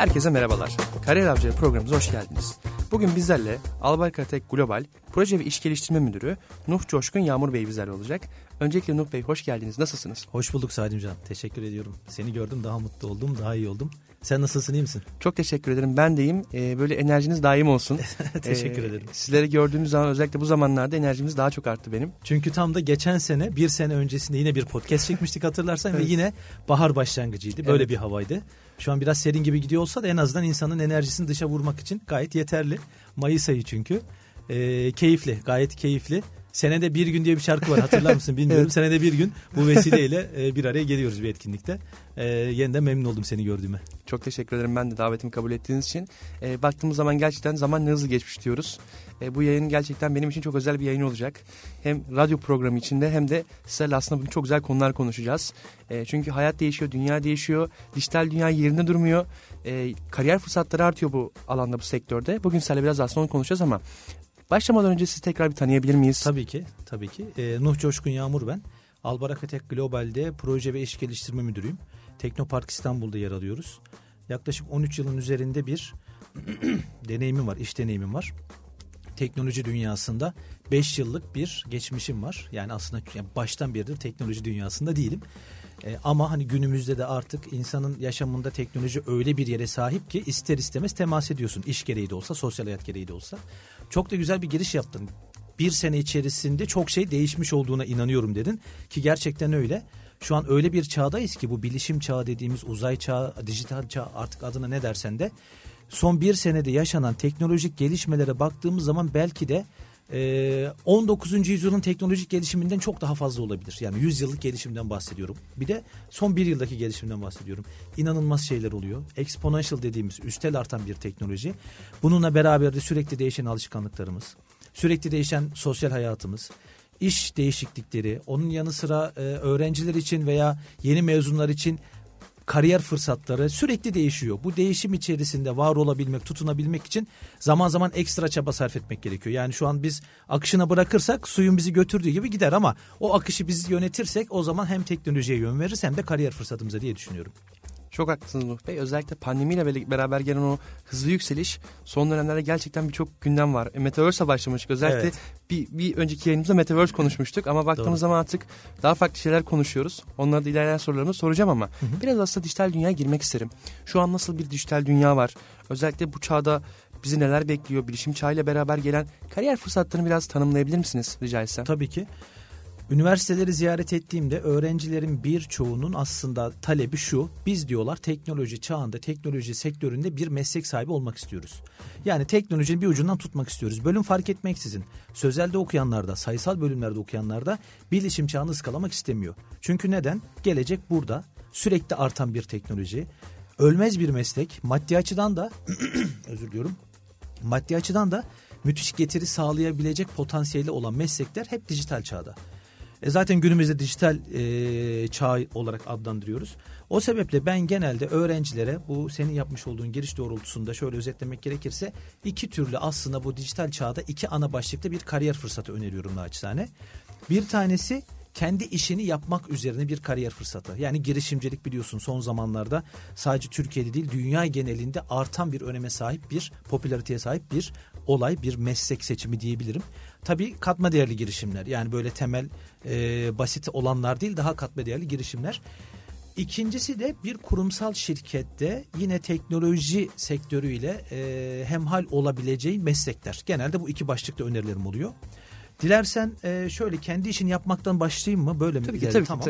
Herkese merhabalar. Kariyer Avcıları programımıza hoş geldiniz. Bugün bizlerle Albarka Tek Global Proje ve İş Geliştirme Müdürü Nuh Coşkun Yağmur Bey bizlerle olacak. Öncelikle Nuh Bey hoş geldiniz. Nasılsınız? Hoş bulduk Sadimcan. Teşekkür ediyorum. Seni gördüm, daha mutlu oldum, daha iyi oldum. Sen nasılsın, iyi misin? Çok teşekkür ederim. Ben de iyiyim. Böyle enerjiniz daim olsun. Teşekkür ederim. Sizleri gördüğümüz zaman özellikle bu zamanlarda enerjimiz daha çok arttı benim. Çünkü tam da geçen sene, bir sene öncesinde yine bir podcast çekmiştik hatırlarsan ve yine bahar başlangıcıydı. Böyle bir havaydı. Şu an biraz serin gibi gidiyor olsa da en azından insanın enerjisini dışa vurmak için gayet yeterli. Mayıs ayı çünkü. Keyifli, gayet keyifli. Senede bir gün diye bir şarkı var, hatırlar mısın bilmiyorum. Evet. Senede bir gün bu vesileyle bir araya geliyoruz bir etkinlikte. Yeniden memnun oldum seni gördüğüme. Çok teşekkür ederim ben de davetimi kabul ettiğiniz için. Baktığımız zaman gerçekten zaman ne hızlı geçmiş diyoruz. Bu yayın gerçekten benim için çok özel bir yayın olacak. Hem radyo programı içinde hem de sizlerle aslında bugün çok güzel konular konuşacağız. Çünkü hayat değişiyor, dünya değişiyor. Dijital dünya yerinde durmuyor. Kariyer fırsatları artıyor bu alanda, bu sektörde. Bugün sizlerle biraz aslında onu konuşacağız ama başlamadan önce sizi tekrar bir tanıyabilir miyiz? Tabii ki. Nuh Coşkun Yağmur ben. Albaraka Tek Global'de Proje ve İş Geliştirme Müdürüyüm. Teknopark İstanbul'da yer alıyoruz. Yaklaşık 13 yılın üzerinde bir deneyimim var, iş deneyimim var. Teknoloji dünyasında 5 yıllık bir geçmişim var. Yani aslında baştan beridir teknoloji dünyasında değilim. Ama hani günümüzde de artık insanın yaşamında teknoloji öyle bir yere sahip ki ister istemez temas ediyorsun. İş gereği de olsa, sosyal hayat gereği de olsa. Çok da güzel bir giriş yaptın. Bir sene içerisinde çok şey değişmiş olduğuna inanıyorum dedin. Ki gerçekten öyle. Şu an öyle bir çağdayız ki bu bilişim çağı dediğimiz uzay çağı, dijital çağı, artık adına ne dersen de. Son bir senede yaşanan teknolojik gelişmelere baktığımız zaman belki de 19. yüzyılın teknolojik gelişiminden çok daha fazla olabilir. Yani 100 yıllık gelişimden bahsediyorum. Bir de son bir yıldaki gelişimden bahsediyorum. İnanılmaz şeyler oluyor. Exponential dediğimiz üstel artan bir teknoloji. Bununla beraber de sürekli değişen alışkanlıklarımız, sürekli değişen sosyal hayatımız, iş değişiklikleri, onun yanı sıra öğrenciler için veya yeni mezunlar için kariyer fırsatları sürekli değişiyor. Bu değişim içerisinde var olabilmek, tutunabilmek için zaman zaman ekstra çaba sarf etmek gerekiyor. Yani şu an biz akışına bırakırsak suyun bizi götürdüğü gibi gider ama o akışı biz yönetirsek o zaman hem teknolojiye yön veririz hem de kariyer fırsatımıza diye düşünüyorum. Çok haklısınız Nuh Bey. Özellikle pandemiyle beraber gelen o hızlı yükseliş son dönemlerde gerçekten birçok gündem var. Metaverse'e başlamıştık. Özellikle bir önceki yayınımızda Metaverse konuşmuştuk ama baktığımız zaman artık daha farklı şeyler konuşuyoruz. Onları da ilerleyen sorularımı soracağım ama biraz aslında dijital dünyaya girmek isterim. Şu an nasıl bir dijital dünya var? Özellikle bu çağda bizi neler bekliyor? Bilişim çağıyla beraber gelen kariyer fırsatlarını biraz tanımlayabilir misiniz rica etsem? Tabii ki. Üniversiteleri ziyaret ettiğimde öğrencilerin birçoğunun aslında talebi şu: biz diyorlar teknoloji çağında, teknoloji sektöründe bir meslek sahibi olmak istiyoruz. Yani teknolojinin bir ucundan tutmak istiyoruz. Bölüm fark etmeksizin sözelde okuyanlar da, sayısal bölümlerde okuyanlar da bilişim çağını ıskalamak istemiyor. Çünkü neden? Gelecek burada, sürekli artan bir teknoloji, ölmez bir meslek, maddi açıdan da özür diliyorum. Maddi açıdan da müthiş getiri sağlayabilecek potansiyeli olan meslekler hep dijital çağda. Zaten günümüzde dijital çağ olarak adlandırıyoruz. O sebeple ben genelde öğrencilere bu senin yapmış olduğun giriş doğrultusunda şöyle özetlemek gerekirse iki türlü aslında bu dijital çağda iki ana başlıkta bir kariyer fırsatı öneriyorum naçizane. Bir tanesi kendi işini yapmak üzerine bir kariyer fırsatı. Yani girişimcilik biliyorsun son zamanlarda sadece Türkiye'de değil dünya genelinde artan bir öneme sahip, bir popülariteye sahip bir olay, bir meslek seçimi diyebilirim. Tabii katma değerli girişimler, yani böyle temel basit olanlar değil, daha katma değerli girişimler. İkincisi de bir kurumsal şirkette yine teknoloji sektörüyle hemhal olabileceği meslekler. Genelde bu iki başlıkta önerilerim oluyor. Dilersen şöyle kendi işini yapmaktan başlayayım mı? Böyle mi? Tabii ki. Tamam.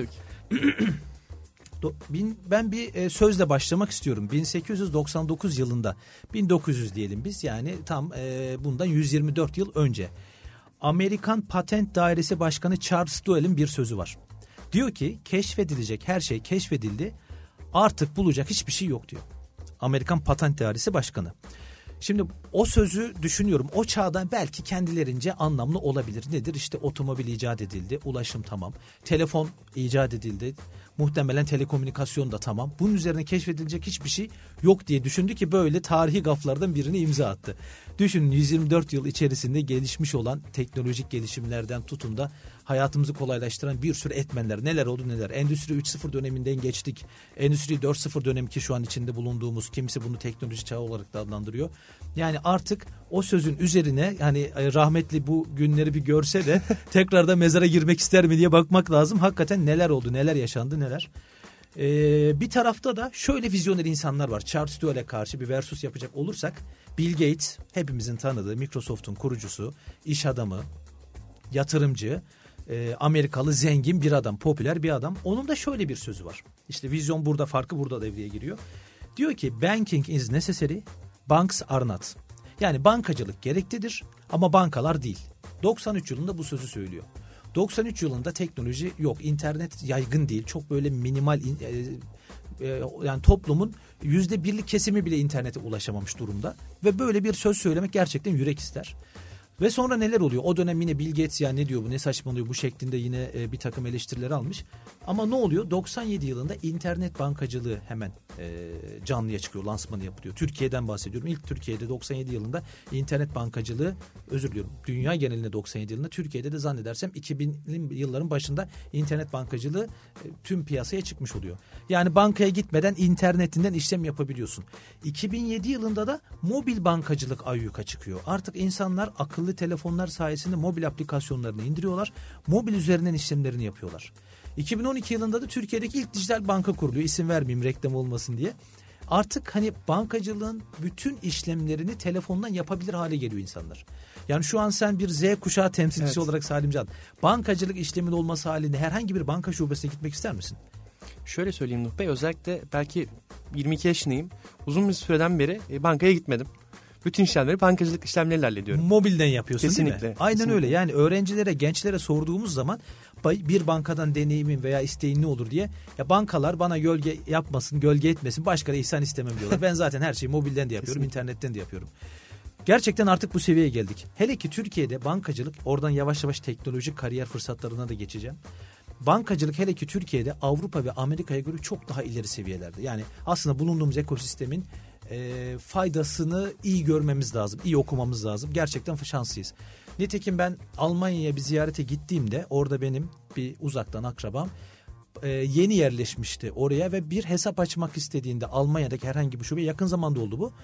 Ben bir sözle başlamak istiyorum. 1899 yılında, 1900 diyelim biz, yani tam bundan 124 yıl önce Amerikan Patent Dairesi Başkanı Charles Duell'in bir sözü var. Diyor ki keşfedilecek her şey keşfedildi, artık bulacak hiçbir şey yok diyor. Amerikan Patent Dairesi Başkanı. Şimdi o sözü düşünüyorum. O çağda belki kendilerince anlamlı olabilir. Nedir? İşte otomobil icat edildi. Ulaşım tamam. Telefon icat edildi. Muhtemelen telekomünikasyon da tamam. Bunun üzerine keşfedilecek hiçbir şey yok diye düşündü ki böyle tarihi gaflardan birini imza attı. Düşünün 124 yıl içerisinde gelişmiş olan teknolojik gelişimlerden tutun da hayatımızı kolaylaştıran bir sürü etmenler neler oldu neler. Endüstri 3.0 döneminden geçtik. Endüstri 4.0 dönemi ki şu an içinde bulunduğumuz, kimisi bunu teknoloji çağı olarak da adlandırıyor. Yani artık o sözün üzerine hani rahmetli bu günleri bir görse de tekrar da mezara girmek ister mi diye bakmak lazım. Hakikaten neler oldu, neler yaşandı, neler. Bir tarafta da şöyle vizyoner insanlar var. Charles Duell'e karşı bir versus yapacak olursak Bill Gates, hepimizin tanıdığı Microsoft'un kurucusu, iş adamı, yatırımcı, Amerikalı zengin bir adam, popüler bir adam. Onun da şöyle bir sözü var. İşte vizyon burada, farkı burada devreye giriyor. Diyor ki banking is necessary, banks are not. Yani bankacılık gereklidir ama bankalar değil. 93 yılında bu sözü söylüyor. 93 yılında teknoloji yok, internet yaygın değil. Çok böyle minimal yani toplumun %1'lik kesimi bile internete ulaşamamış durumda. Ve böyle bir söz söylemek gerçekten yürek ister. Ve sonra neler oluyor? O dönem yine Bill Gates ya ne diyor bu, ne saçmalıyor bu şeklinde yine bir takım eleştirileri almış. Ama ne oluyor? 97 yılında internet bankacılığı hemen canlıya çıkıyor, lansmanı yapılıyor. Türkiye'den bahsediyorum. İlk Türkiye'de 97 yılında internet bankacılığı, özür diliyorum, dünya genelinde 97 yılında, Türkiye'de de zannedersem 2000'li yılların başında internet bankacılığı tüm piyasaya çıkmış oluyor. Yani bankaya gitmeden internetinden işlem yapabiliyorsun. 2007 yılında da mobil bankacılık ayyuka çıkıyor. Artık insanlar akıllı telefonlar sayesinde mobil aplikasyonlarını indiriyorlar. Mobil üzerinden işlemlerini yapıyorlar. 2012 yılında da Türkiye'deki ilk dijital banka kuruluyor. İsim vermeyeyim reklam olmasın diye. Artık hani bankacılığın bütün işlemlerini telefondan yapabilir hale geliyor insanlar. Yani şu an sen bir Z kuşağı temsilcisi olarak Salimcan, bankacılık işlemin olması halinde herhangi bir banka şubesine gitmek ister misin? Şöyle söyleyeyim Nuh Bey, özellikle belki 22 yaşındayım. Uzun bir süreden beri bankaya gitmedim. Bütün işlemleri bankacılık işlemleriyle hallediyorum. Mobilden yapıyorsun kesinlikle, değil mi? Aynen kesinlikle öyle. Yani öğrencilere, gençlere sorduğumuz zaman bir bankadan deneyimin veya isteğin ne olur diye, ya bankalar bana gölge yapmasın, gölge etmesin, başka da ihsan istemem diyorlar. Ben zaten her şeyi mobilden de yapıyorum, internetten de yapıyorum. Gerçekten artık bu seviyeye geldik. Hele ki Türkiye'de bankacılık, oradan yavaş yavaş teknolojik kariyer fırsatlarına da geçeceğim. Bankacılık hele ki Türkiye'de Avrupa ve Amerika'ya göre çok daha ileri seviyelerde. Yani aslında bulunduğumuz ekosistemin faydasını iyi görmemiz lazım, iyi okumamız lazım. Gerçekten şanslıyız. Nitekim ben Almanya'ya bir ziyarete gittiğimde orada benim bir uzaktan akrabam yeni yerleşmişti oraya ve bir hesap açmak istediğinde Almanya'daki herhangi bir şube, yakın zamanda oldu bu.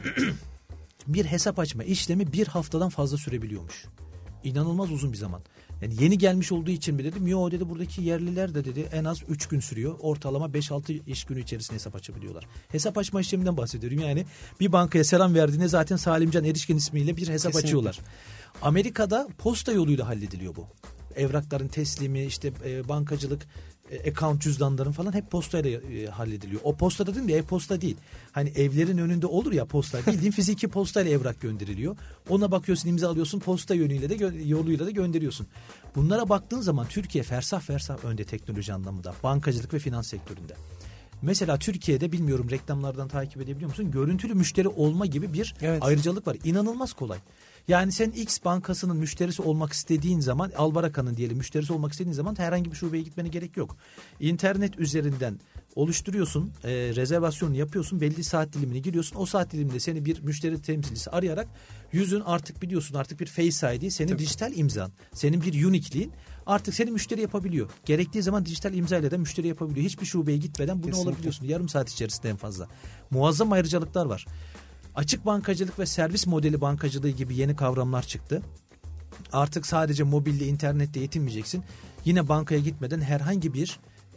Bir hesap açma işlemi bir haftadan fazla sürebiliyormuş. İnanılmaz uzun bir zaman. Yani yeni gelmiş olduğu için mi dedim? Yo dedi, buradaki yerliler de dedi en az 3 gün sürüyor. Ortalama 5-6 iş günü içerisinde hesap açabiliyorlar. Hesap açma işleminden bahsediyorum. Yani bir bankaya selam verdiğinde zaten Salimcan Erişkin ismiyle bir hesap kesinlikle açıyorlar. Amerika'da posta yoluyla hallediliyor bu. Evrakların teslimi, işte bankacılık, account cüzdanların falan hep postayla hallediliyor. O posta dedim ya, e-posta değil. Hani evlerin önünde olur ya posta. Bildiğin fiziki postayla evrak gönderiliyor. Ona bakıyorsun, imza alıyorsun, posta yoluyla da gönderiyorsun. Bunlara baktığın zaman Türkiye fersah önde teknoloji anlamında. Bankacılık ve finans sektöründe. Mesela Türkiye'de, bilmiyorum reklamlardan takip edebiliyor musun? Görüntülü müşteri olma gibi bir ayrıcalık var. İnanılmaz kolay. Yani sen X bankasının müşterisi olmak istediğin zaman, Albaraka'nın diyelim müşterisi olmak istediğin zaman herhangi bir şubeye gitmene gerek yok. İnternet üzerinden oluşturuyorsun, rezervasyonu yapıyorsun, belli saat dilimine giriyorsun. O saat diliminde seni bir müşteri temsilcisi arayarak yüzün artık biliyorsun, artık bir Face ID, senin dijital imzan, senin bir unique'liğin artık seni müşteri yapabiliyor. Gerektiği zaman dijital imzayla da müşteri yapabiliyor. Hiçbir şubeye gitmeden bunu olabiliyorsun. Yarım saat içerisinde en fazla. Muazzam ayrıcalıklar var. Açık bankacılık ve servis modeli bankacılığı gibi yeni kavramlar çıktı. Artık sadece mobilde, internette yetinmeyeceksin. Yine bankaya gitmeden herhangi bir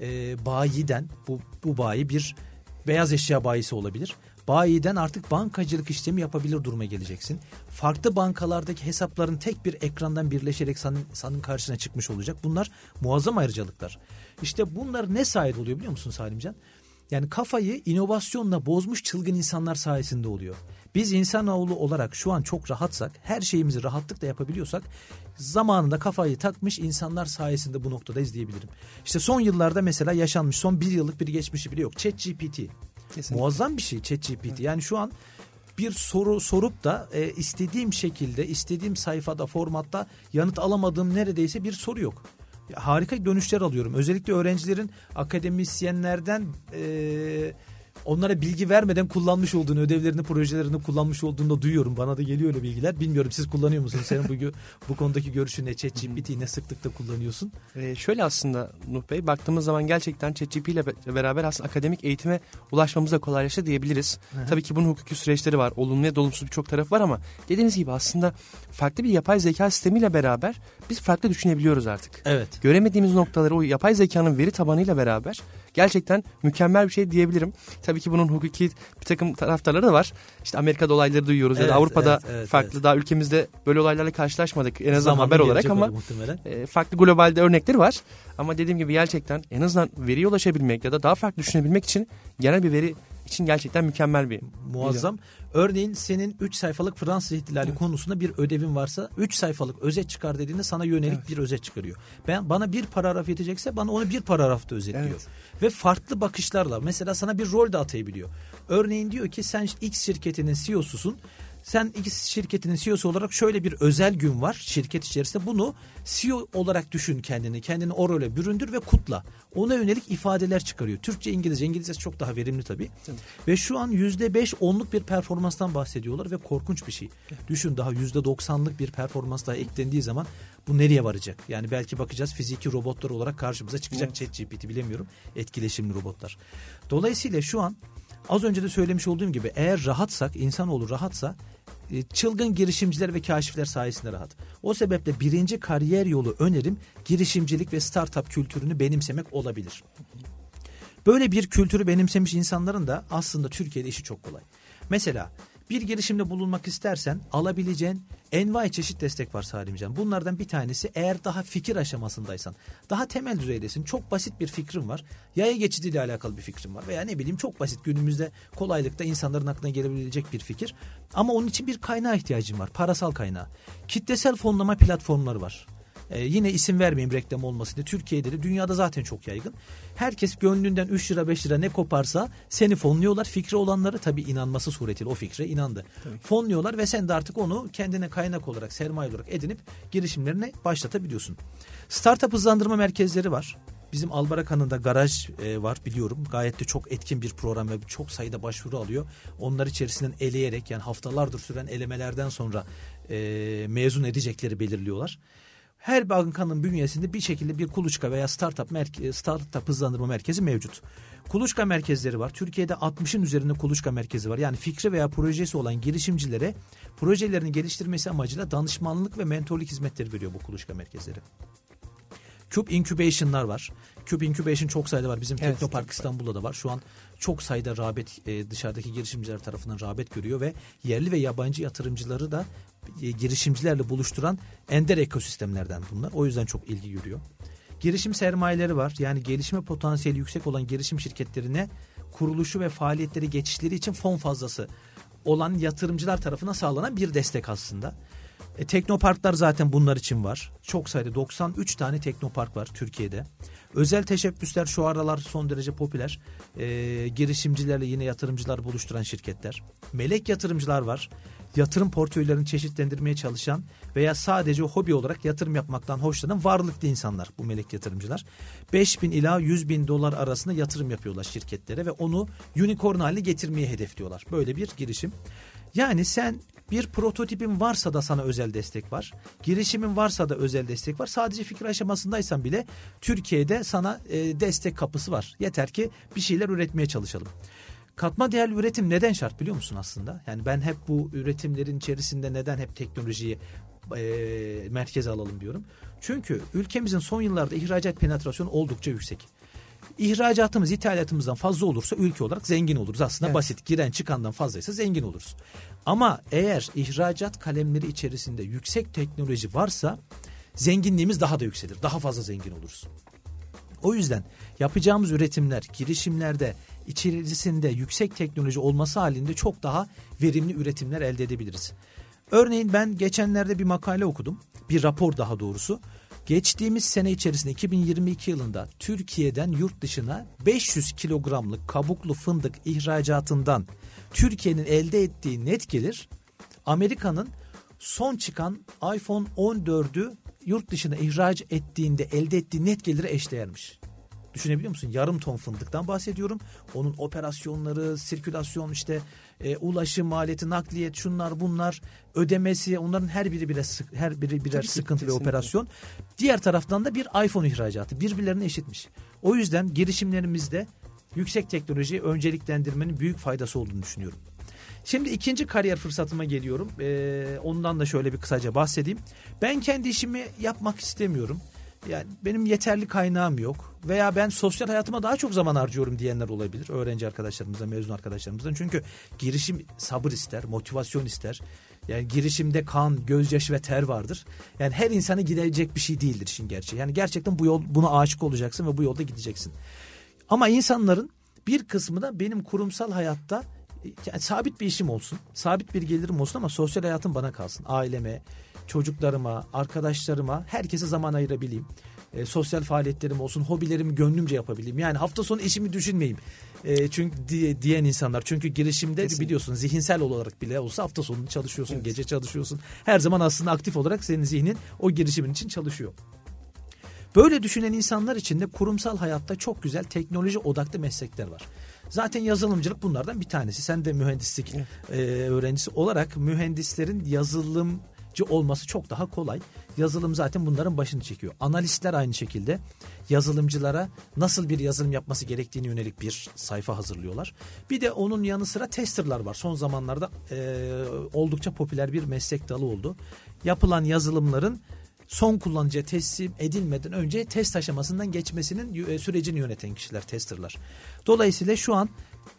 bayiden, bu bayi bir beyaz eşya bayisi olabilir. Bayiden artık bankacılık işlemi yapabilir duruma geleceksin. Farklı bankalardaki hesapların tek bir ekrandan birleşerek senin karşına çıkmış olacak. Bunlar muazzam ayrıcalıklar. İşte bunlar ne sayede oluyor biliyor musun Salimcan? Yani kafayı inovasyonla bozmuş çılgın insanlar sayesinde oluyor. Biz insanoğlu olarak şu an çok rahatsak, her şeyimizi rahatlıkla yapabiliyorsak, zamanında kafayı takmış insanlar sayesinde bu noktadayız diyebilirim. İşte son yıllarda mesela yaşanmış, son bir yıllık bir geçmişi bile yok. ChatGPT. Muazzam bir şey ChatGPT. Yani şu an bir soru sorup da istediğim şekilde, istediğim sayfada, formatta yanıt alamadığım neredeyse bir soru yok. Harika dönüşler alıyorum. Özellikle öğrencilerin akademisyenlerden onlara bilgi vermeden kullanmış olduğunu, ödevlerini, projelerini kullanmış olduğunu da duyuyorum. Bana da geliyor öyle bilgiler. Bilmiyorum, siz kullanıyor musunuz? Senin bu konudaki görüşün ne? ChatGPT'yi ne sıklıkta kullanıyorsun? Şöyle aslında Nuh Bey, baktığımız zaman gerçekten ChatGPT ile beraber aslında akademik eğitime ulaşmamız da kolaylaştı diyebiliriz. Hı-hı. Tabii ki bunun hukuki süreçleri var. Olumlu ve olumsuz birçok tarafı var ama dediğiniz gibi aslında farklı bir yapay zeka sistemiyle beraber biz farklı düşünebiliyoruz artık. Evet. Göremediğimiz noktaları o yapay zekanın veri tabanıyla beraber gerçekten mükemmel bir şey diyebilirim. Tabii ki bunun hukuki bir takım taraftarları da var. İşte Amerika'da olayları duyuyoruz ya da Avrupa'da farklı daha ülkemizde böyle olaylarla karşılaşmadık en azından haber olarak ama farklı globalde örnekleri var. Ama dediğim gibi gerçekten en azından veriye ulaşabilmek ya da daha farklı düşünebilmek için genel bir veri için gerçekten mükemmel bir muazzam. Örneğin senin 3 sayfalık Fransız ihtilali konusunda bir ödevin varsa 3 sayfalık özet çıkar dediğinde sana yönelik bir özet çıkarıyor. Bana bir paragraf yetecekse bana onu bir paragrafta özetliyor. Evet. Ve farklı bakışlarla mesela sana bir rol de atayabiliyor. Örneğin diyor ki sen X şirketinin CEO'susun. Sen X şirketinin CEO'su olarak şöyle bir özel gün var şirket içerisinde. Bunu CEO olarak düşün kendini o role büründür ve kutla. Ona yönelik ifadeler çıkarıyor. Türkçe, İngilizcesi çok daha verimli tabii. Evet. Ve şu an %5-10'luk bir performanstan bahsediyorlar ve korkunç bir şey. Düşün, daha %90'lık bir performans daha eklendiği zaman bu nereye varacak? Yani belki bakacağız fiziki robotlar olarak karşımıza çıkacak ChatGPT, bilemiyorum. Etkileşimli robotlar. Dolayısıyla şu an az önce de söylemiş olduğum gibi eğer rahatsak, insanoğlu rahatsa çılgın girişimciler ve kaşifler sayesinde rahat. O sebeple birinci kariyer yolu önerim girişimcilik ve startup kültürünü benimsemek olabilir. Böyle bir kültürü benimsemiş insanların da aslında Türkiye'de işi çok kolay. Mesela bir girişimde bulunmak istersen alabileceğin envai çeşit destek var Salimcan. Bunlardan bir tanesi, eğer daha fikir aşamasındaysan, daha temel düzeydesin, çok basit bir fikrin var, yaya geçidiyle alakalı bir fikrin var veya ne bileyim çok basit, günümüzde kolaylıkla insanların aklına gelebilecek bir fikir ama onun için bir kaynağa ihtiyacın var, parasal kaynağı. Kitlesel fonlama platformları var. Yine isim vermeyeyim reklam olmasın diye. Türkiye'de de dünyada zaten çok yaygın. Herkes gönlünden 3 lira 5 lira ne koparsa seni fonluyorlar. Fikri olanları tabii inanması suretiyle o fikre inandı. Tabii. Fonluyorlar ve sen de artık onu kendine kaynak olarak, sermaye olarak edinip girişimlerine başlatabiliyorsun. Startup hızlandırma merkezleri var. Bizim Albaraka'nın garaj var biliyorum. Gayet de çok etkin bir program ve çok sayıda başvuru alıyor. Onlar içerisinden eleyerek, yani haftalardır süren elemelerden sonra mezun edecekleri belirliyorlar. Her bankanın bünyesinde bir şekilde bir kuluçka veya startup hızlandırma merkezi mevcut. Kuluçka merkezleri var. Türkiye'de 60'ın üzerinde kuluçka merkezi var. Yani fikri veya projesi olan girişimcilere projelerini geliştirmesi amacıyla danışmanlık ve mentorluk hizmetleri veriyor bu kuluçka merkezleri. Cube Incubation'lar var. Cube Incubation çok sayıda var. Bizim Teknopark İstanbul'da da var. Şu an çok sayıda rağbet, dışarıdaki girişimciler tarafından rağbet görüyor ve yerli ve yabancı yatırımcıları da girişimcilerle buluşturan ender ekosistemlerden bunlar. O yüzden çok ilgi görüyor. Girişim sermayeleri var. Yani gelişme potansiyeli yüksek olan girişim şirketlerine kuruluşu ve faaliyetleri geçişleri için fon fazlası olan yatırımcılar tarafından sağlanan bir destek aslında. Teknoparklar zaten bunlar için var. Çok sayıda 93 tane teknopark var Türkiye'de. Özel teşebbüsler şu aralar son derece popüler. Girişimcilerle yine yatırımcılar buluşturan şirketler. Melek yatırımcılar var. Yatırım portföylerini çeşitlendirmeye çalışan veya sadece hobi olarak yatırım yapmaktan hoşlanan varlıklı insanlar bu melek yatırımcılar. 5.000 ila 100.000 dolar arasında yatırım yapıyorlar şirketlere ve onu unicorn haline getirmeye hedefliyorlar. Böyle bir girişim. Yani sen bir prototipin varsa da sana özel destek var. Girişimin varsa da özel destek var. Sadece fikir aşamasındaysan bile Türkiye'de sana destek kapısı var. Yeter ki bir şeyler üretmeye çalışalım. Katma değerli üretim neden şart biliyor musun aslında? Yani ben hep bu üretimlerin içerisinde neden hep teknolojiyi merkeze alalım diyorum. Çünkü ülkemizin son yıllarda ihracat penetrasyonu oldukça yüksek. İhracatımız ithalatımızdan fazla olursa ülke olarak zengin oluruz. Aslında basit, giren çıkandan fazlaysa zengin oluruz. Ama eğer ihracat kalemleri içerisinde yüksek teknoloji varsa zenginliğimiz daha da yükselir. Daha fazla zengin oluruz. O yüzden yapacağımız üretimler, girişimlerde içerisinde yüksek teknoloji olması halinde çok daha verimli üretimler elde edebiliriz. Örneğin ben geçenlerde bir makale okudum. bir rapor daha doğrusu. Geçtiğimiz sene içerisinde 2022 yılında Türkiye'den yurt dışına 500 kilogramlık kabuklu fındık ihracatından Türkiye'nin elde ettiği net gelir, Amerika'nın son çıkan iPhone 14'ü yurt dışına ihraç ettiğinde elde ettiği net geliri eşdeğermiş. Düşünebiliyor musun? Yarım ton fındıktan bahsediyorum. Onun operasyonları, sirkülasyon, işte ulaşım maliyeti, nakliyet, şunlar bunlar, ödemesi, onların her biri birer sıkıntı ve operasyon. Diğer taraftan da bir iPhone ihracatı birbirlerine eşitmiş. O yüzden girişimlerimizde yüksek teknolojiyi önceliklendirmenin büyük faydası olduğunu düşünüyorum. Şimdi ikinci kariyer fırsatıma geliyorum. Ondan da şöyle bir kısaca bahsedeyim. Ben kendi işimi yapmak istemiyorum. Yani benim yeterli kaynağım yok veya ben sosyal hayatıma daha çok zaman harcıyorum diyenler olabilir. Öğrenci arkadaşlarımızdan, mezun arkadaşlarımızdan. Çünkü girişim sabır ister, motivasyon ister. Yani girişimde kan, gözyaşı ve ter vardır. Yani her insanı gidecek bir şey değildir işin gerçeği. Yani gerçekten buna aşık olacaksın ve bu yolda gideceksin. Ama insanların bir kısmı da benim kurumsal hayatta yani sabit bir işim olsun, sabit bir gelirim olsun ama sosyal hayatım bana kalsın. Aileme, çocuklarıma, arkadaşlarıma, herkese zaman ayırabileyim. Sosyal faaliyetlerim olsun, hobilerimi gönlümce yapabileyim. Yani hafta sonu işimi düşünmeyeyim. Çünkü diyen insanlar. Çünkü girişimde kesinlikle biliyorsun zihinsel olarak bile olsa hafta sonu çalışıyorsun, evet, gece çalışıyorsun. Her zaman aslında aktif olarak senin zihnin o girişimin için çalışıyor. Böyle düşünen insanlar için de kurumsal hayatta çok güzel teknoloji odaklı meslekler var. Zaten yazılımcılık bunlardan bir tanesi. Sen de mühendislik öğrencisi olarak mühendislerin yazılımcı olması çok daha kolay. Yazılım zaten bunların başını çekiyor. Analistler aynı şekilde yazılımcılara nasıl bir yazılım yapması gerektiğine yönelik bir sayfa hazırlıyorlar. Bir de onun yanı sıra testerlar var. Son zamanlarda oldukça popüler bir meslek dalı oldu. Yapılan yazılımların son kullanıcıya teslim edilmeden önce test aşamasından geçmesinin sürecini yöneten kişiler, testerlar. Dolayısıyla şu an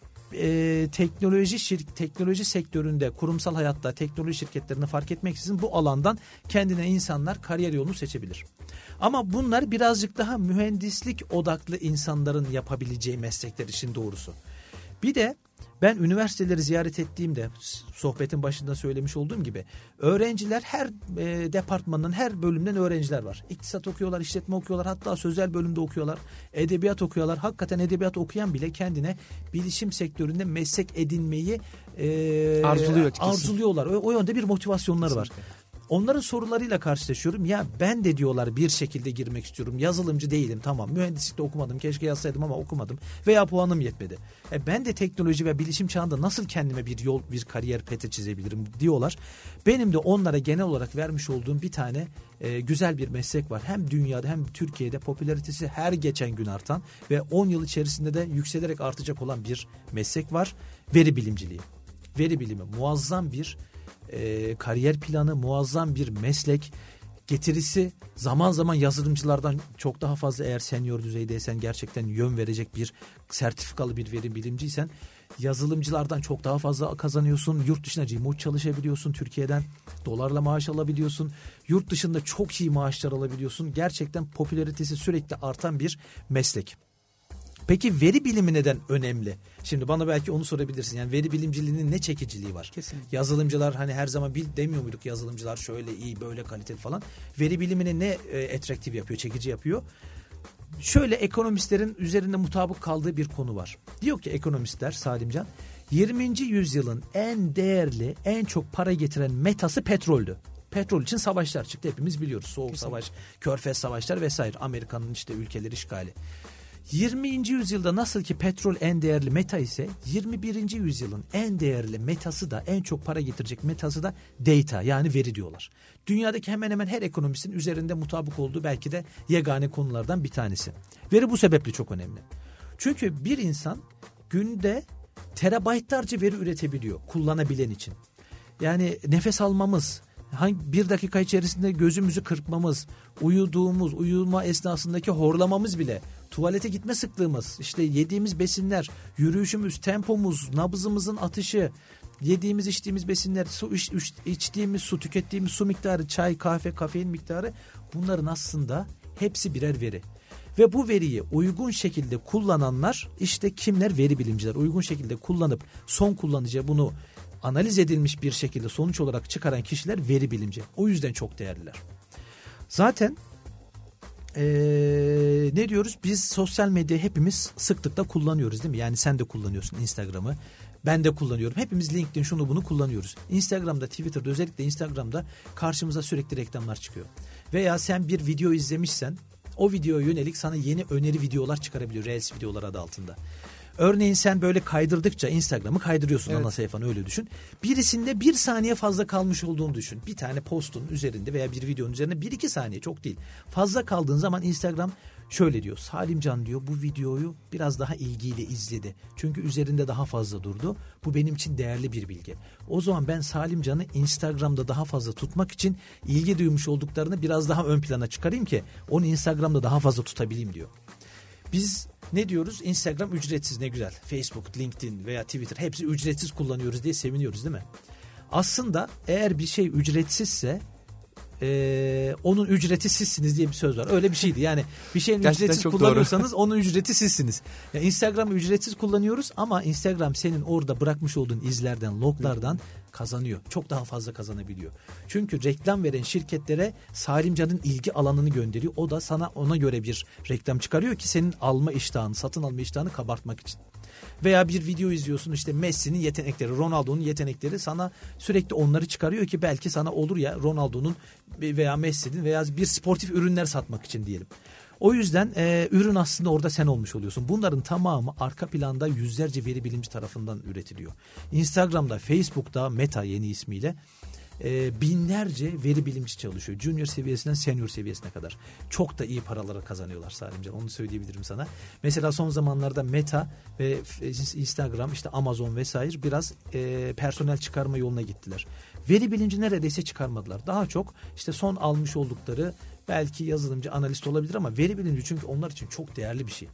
teknoloji sektöründe, kurumsal hayatta teknoloji şirketlerini fark etmeksizin bu alandan kendine insanlar kariyer yolunu seçebilir. Ama bunlar birazcık daha mühendislik odaklı insanların yapabileceği meslekler için doğrusu. Bir de ben üniversiteleri ziyaret ettiğimde sohbetin başında söylemiş olduğum gibi öğrenciler her departmanın her bölümden öğrenciler var. İktisat okuyorlar, işletme okuyorlar, hatta sözel bölümde okuyorlar, edebiyat okuyorlar. Hakikaten edebiyat okuyan bile kendine bilişim sektöründe meslek edinmeyi arzuluyorlar. O yönde bir motivasyonları kesinlikle var. Onların sorularıyla karşılaşıyorum. Ya ben de diyorlar bir şekilde girmek istiyorum. Yazılımcı değilim, tamam. Mühendislikte okumadım. Keşke yazsaydım ama okumadım. Veya puanım yetmedi. Ben de teknoloji ve bilişim çağında nasıl kendime bir yol, bir kariyer peti çizebilirim diyorlar. Benim de onlara genel olarak vermiş olduğum bir tane güzel bir meslek var. Hem dünyada hem Türkiye'de popülaritesi her geçen gün artan ve 10 yıl içerisinde de yükselerek artacak olan bir meslek var. Veri bilimciliği. Veri bilimi muazzam bir kariyer planı, muazzam bir meslek, getirisi zaman zaman yazılımcılardan çok daha fazla. Eğer senior düzeydeysen, gerçekten yön verecek bir sertifikalı bir veri bilimciysen yazılımcılardan çok daha fazla kazanıyorsun. Yurt dışına remote çalışabiliyorsun, Türkiye'den dolarla maaş alabiliyorsun, yurt dışında çok iyi maaşlar alabiliyorsun. Gerçekten popülaritesi sürekli artan bir meslek. Peki veri bilimi neden önemli? Şimdi bana belki onu sorabilirsin. Yani veri bilimciliğinin ne çekiciliği var? Kesinlikle. Yazılımcılar hani her zaman demiyor muyduk yazılımcılar şöyle iyi, böyle kaliteli falan. Veri bilimini ne atraktif yapıyor, çekici yapıyor? Şöyle, ekonomistlerin üzerinde mutabık kaldığı bir konu var. Diyor ki ekonomistler, Salimcan, 20. yüzyılın en değerli, en çok para getiren metası petroldü. Petrol için savaşlar çıktı, hepimiz biliyoruz. Soğuk kesinlikle savaş, Körfez savaşlar vesaire. Amerika'nın işte ülkeleri işgali. 20. yüzyılda nasıl ki petrol en değerli meta ise 21. yüzyılın en değerli metası da, en çok para getirecek metası da data, yani veri diyorlar. Dünyadaki hemen hemen her ekonomistin üzerinde mutabık olduğu belki de yegane konulardan bir tanesi. Veri bu sebeple çok önemli. Çünkü bir insan günde terabaytlarca veri üretebiliyor kullanabilen için. Yani nefes almamız, bir dakika içerisinde gözümüzü kırpmamız, uyuma esnasındaki horlamamız bile, tuvalete gitme sıklığımız, işte yediğimiz besinler, yürüyüşümüz, tempomuz, nabzımızın atışı, yediğimiz içtiğimiz besinler, içtiğimiz su, tükettiğimiz su miktarı, çay, kahve, kafein miktarı, bunların aslında hepsi birer veri. Ve bu veriyi uygun şekilde kullananlar işte kimler? Veri bilimciler. Uygun şekilde kullanıp son kullanıcıya bunu analiz edilmiş bir şekilde sonuç olarak çıkaran kişiler veri bilimci. O yüzden çok değerliler. Zaten ne diyoruz? Biz sosyal medyayı hepimiz sıklıkla kullanıyoruz değil mi? Yani sen de kullanıyorsun Instagram'ı. Ben de kullanıyorum. Hepimiz LinkedIn şunu bunu kullanıyoruz. Instagram'da, Twitter'da, özellikle Instagram'da karşımıza sürekli reklamlar çıkıyor. Veya sen bir video izlemişsen o videoya yönelik sana yeni öneri videolar çıkarabiliyor. Reels videolar adı altında. Örneğin sen böyle kaydırdıkça Instagram'ı kaydırıyorsun, ana sayfanı öyle düşün. Birisinde 1 saniye fazla kalmış olduğunu düşün. Bir tane postun üzerinde veya bir videonun üzerinde 1-2 saniye, çok değil. Fazla kaldığın zaman Instagram şöyle diyor. Salimcan diyor, bu videoyu biraz daha ilgiyle izledi. Çünkü üzerinde daha fazla durdu. Bu benim için değerli bir bilgi. O zaman ben Salimcan'ı Instagram'da daha fazla tutmak için ilgi duymuş olduklarını biraz daha ön plana çıkarayım ki onu Instagram'da daha fazla tutabileyim diyor. Biz ne diyoruz? Instagram ücretsiz, ne güzel. Facebook, LinkedIn veya Twitter hepsi ücretsiz kullanıyoruz diye seviniyoruz değil mi? Aslında eğer bir şey ücretsizse onun ücreti sizsiniz diye bir söz var. Öyle bir şeydi. Yani bir şeyin ücretsiz kullanıyorsanız onun ücreti sizsiniz. Yani Instagram'ı ücretsiz kullanıyoruz ama Instagram senin orada bırakmış olduğun izlerden, loglardan kazanıyor. Çok daha fazla kazanabiliyor. Çünkü reklam veren şirketlere Salimcan'ın ilgi alanını gönderiyor. O da sana ona göre bir reklam çıkarıyor ki senin alma iştahını, satın alma iştahını kabartmak için. Veya bir video izliyorsun, işte Messi'nin yetenekleri, Ronaldo'nun yetenekleri, sana sürekli onları çıkarıyor ki belki sana olur ya Ronaldo'nun veya Messi'nin veya bir sportif ürünler satmak için diyelim. O yüzden ürün aslında orada sen olmuş oluyorsun. Bunların tamamı arka planda yüzlerce veri bilimci tarafından üretiliyor. Instagram'da, Facebook'ta, Meta yeni ismiyle binlerce veri bilimci çalışıyor. Junior seviyesinden senior seviyesine kadar. Çok da iyi paralara kazanıyorlar Salimcan. Onu söyleyebilirim sana. Mesela son zamanlarda Meta ve Instagram, işte Amazon vesaire biraz personel çıkarma yoluna gittiler. Veri bilimci neredeyse çıkarmadılar. Daha çok işte son almış oldukları belki yazılımcı, analist olabilir ama veri bilimci çünkü onlar için çok değerli bir şey.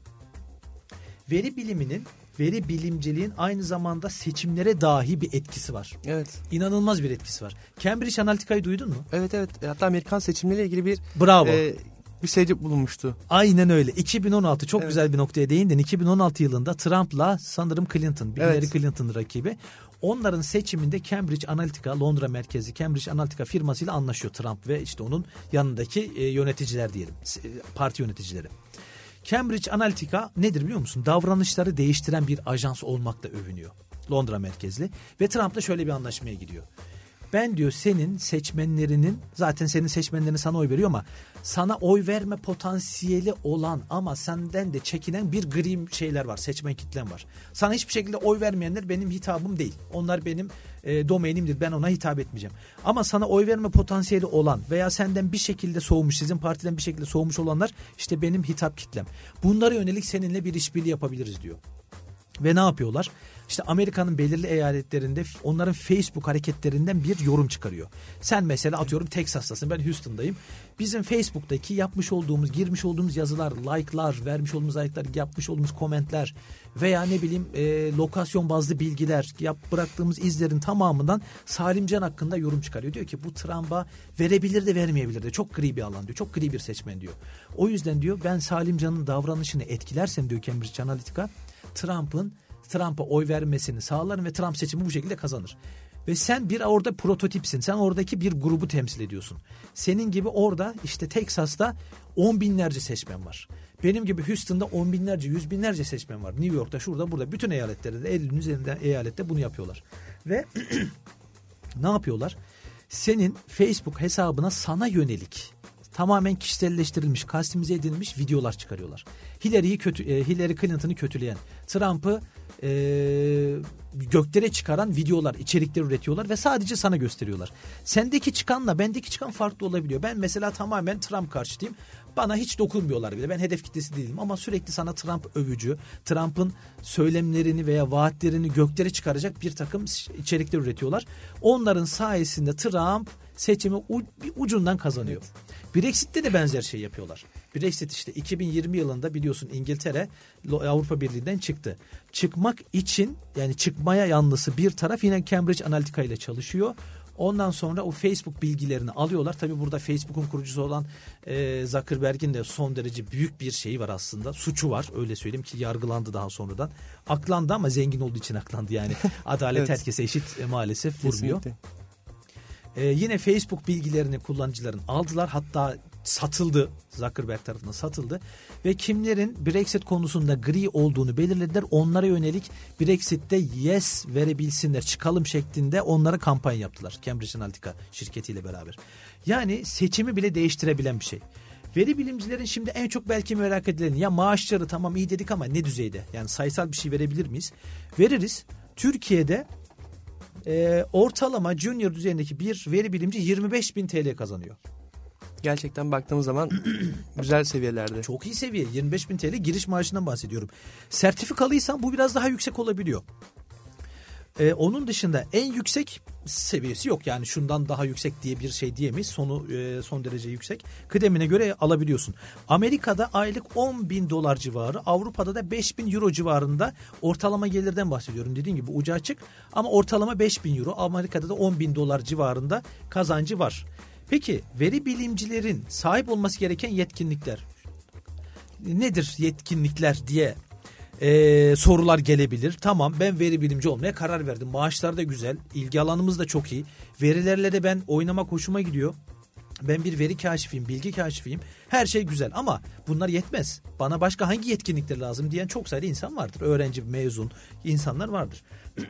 Veri bilimciliğin aynı zamanda seçimlere dahi bir etkisi var. Evet. İnanılmaz bir etkisi var. Cambridge Analytica'yı duydun mu? Evet. Hatta Amerikan seçimleriyle ilgili bir bir şeyci bulunmuştu. Aynen öyle. 2016 çok güzel bir noktaya değindin. 2016 yılında Trump'la sanırım Clinton, Hillary Clinton rakibi. Onların seçiminde Cambridge Analytica, Londra merkezli Cambridge Analytica firmasıyla anlaşıyor Trump ve işte onun yanındaki yöneticiler diyelim. Parti yöneticileri. Cambridge Analytica nedir biliyor musun? Davranışları değiştiren bir ajans olmakla övünüyor. Londra merkezli. Ve Trump'la şöyle bir anlaşmaya gidiyor. Ben diyor senin seçmenlerinin, zaten senin seçmenlerin sana oy veriyor ama sana oy verme potansiyeli olan ama senden de çekinen bir gri şeyler var. Seçmen kitlen var. Sana hiçbir şekilde oy vermeyenler benim hitabım değil. Onlar benim domainimdir. Ben ona hitap etmeyeceğim. Ama sana oy verme potansiyeli olan veya senden bir şekilde soğumuş, sizin partiden bir şekilde soğumuş olanlar işte benim hitap kitlem. Bunlara yönelik seninle bir işbirliği yapabiliriz diyor. Ve ne yapıyorlar? İşte Amerika'nın belirli eyaletlerinde onların Facebook hareketlerinden bir yorum çıkarıyor. Sen mesela atıyorum Texas'tasın, ben Houston'dayım. Bizim Facebook'taki yapmış olduğumuz, girmiş olduğumuz yazılar, like'lar, vermiş olduğumuz like'lar, yapmış olduğumuz komentler veya ne bileyim lokasyon bazlı bilgiler, bıraktığımız izlerin tamamından Salimcan hakkında yorum çıkarıyor. Diyor ki bu Trump'a verebilir de vermeyebilir de, çok gri bir alan diyor. Çok gri bir seçmen diyor. O yüzden diyor ben Salimcan'ın davranışını etkilersem diyor Cambridge Analytica, Trump'a oy vermesini sağlarım ve Trump seçimi bu şekilde kazanır. Ve sen bir orada prototipsin. Sen oradaki bir grubu temsil ediyorsun. Senin gibi orada işte Texas'ta 10 binlerce seçmen var. Benim gibi Houston'da 10 binlerce, 100 binlerce seçmen var. New York'ta, şurada, burada, bütün eyaletlerde de 50'nin üzerinde eyalette bunu yapıyorlar. Ve ne yapıyorlar? Senin Facebook hesabına sana yönelik tamamen kişiselleştirilmiş, kastimize edilmiş videolar çıkarıyorlar. Hillary Clinton'ı kötüleyen, Trump'ı göklere çıkaran videolar, içerikler üretiyorlar ve sadece sana gösteriyorlar. Sendeki çıkanla bendeki çıkan farklı olabiliyor. Ben mesela tamamen Trump karşıtıyım. Bana hiç dokunmuyorlar bile. Ben hedef kitlesi değilim ama sürekli sana Trump övücü, Trump'ın söylemlerini veya vaatlerini göklere çıkaracak bir takım içerikler üretiyorlar. Onların sayesinde Trump seçimi bir ucundan kazanıyor. Evet. Brexit'te de benzer şey yapıyorlar. Brexit işte 2020 yılında biliyorsun İngiltere Avrupa Birliği'nden çıktı. Çıkmak için, yani çıkmaya yanlısı bir taraf yine Cambridge Analytica ile çalışıyor. Ondan sonra o Facebook bilgilerini alıyorlar. Tabii burada Facebook'un kurucusu olan Zuckerberg'in de son derece büyük bir şeyi var aslında. Suçu var, öyle söyleyeyim ki yargılandı daha sonradan. Aklandı ama zengin olduğu için aklandı yani. Adalet evet. Herkese eşit maalesef vurmuyor. Yine Facebook bilgilerini kullanıcıların aldılar. Hatta satıldı. Zuckerberg tarafından satıldı. Ve kimlerin Brexit konusunda gri olduğunu belirlediler. Onlara yönelik Brexit'te yes verebilsinler, çıkalım şeklinde onlara kampanya yaptılar. Cambridge Analytica şirketiyle beraber. Yani seçimi bile değiştirebilen bir şey. Veri bilimcilerin şimdi en çok belki merak edilen, ya maaşları tamam iyi dedik ama ne düzeyde? Yani sayısal bir şey verebilir miyiz? Veririz. Türkiye'de ortalama junior düzeyindeki bir veri bilimci 25.000 TL kazanıyor. Gerçekten baktığımız zaman güzel seviyelerde. Çok iyi seviye. 25.000 TL giriş maaşından bahsediyorum. Sertifikalıysan bu biraz daha yüksek olabiliyor. Onun dışında en yüksek seviyesi yok. Yani şundan daha yüksek diye bir şey diyemeyiz. Son derece yüksek. Kıdemine göre alabiliyorsun. Amerika'da aylık $10.000 civarı. Avrupa'da da 5.000 euro civarında ortalama gelirden bahsediyorum. Dediğim gibi ucu açık ama ortalama 5.000 euro. Amerika'da da $10.000 civarında kazancı var. Peki veri bilimcilerin sahip olması gereken yetkinlikler nedir yetkinlikler diye sorular gelebilir. Tamam, ben veri bilimci olmaya karar verdim. Maaşlar da güzel. İlgi alanımız da çok iyi. Verilerle de ben oynamak hoşuma gidiyor. Ben bir veri kaşifiyim, bilgi kaşifiyim. Her şey güzel ama bunlar yetmez. Bana başka hangi yetkinlikler lazım diyen çok sayıda insan vardır. Öğrenci, mezun insanlar vardır.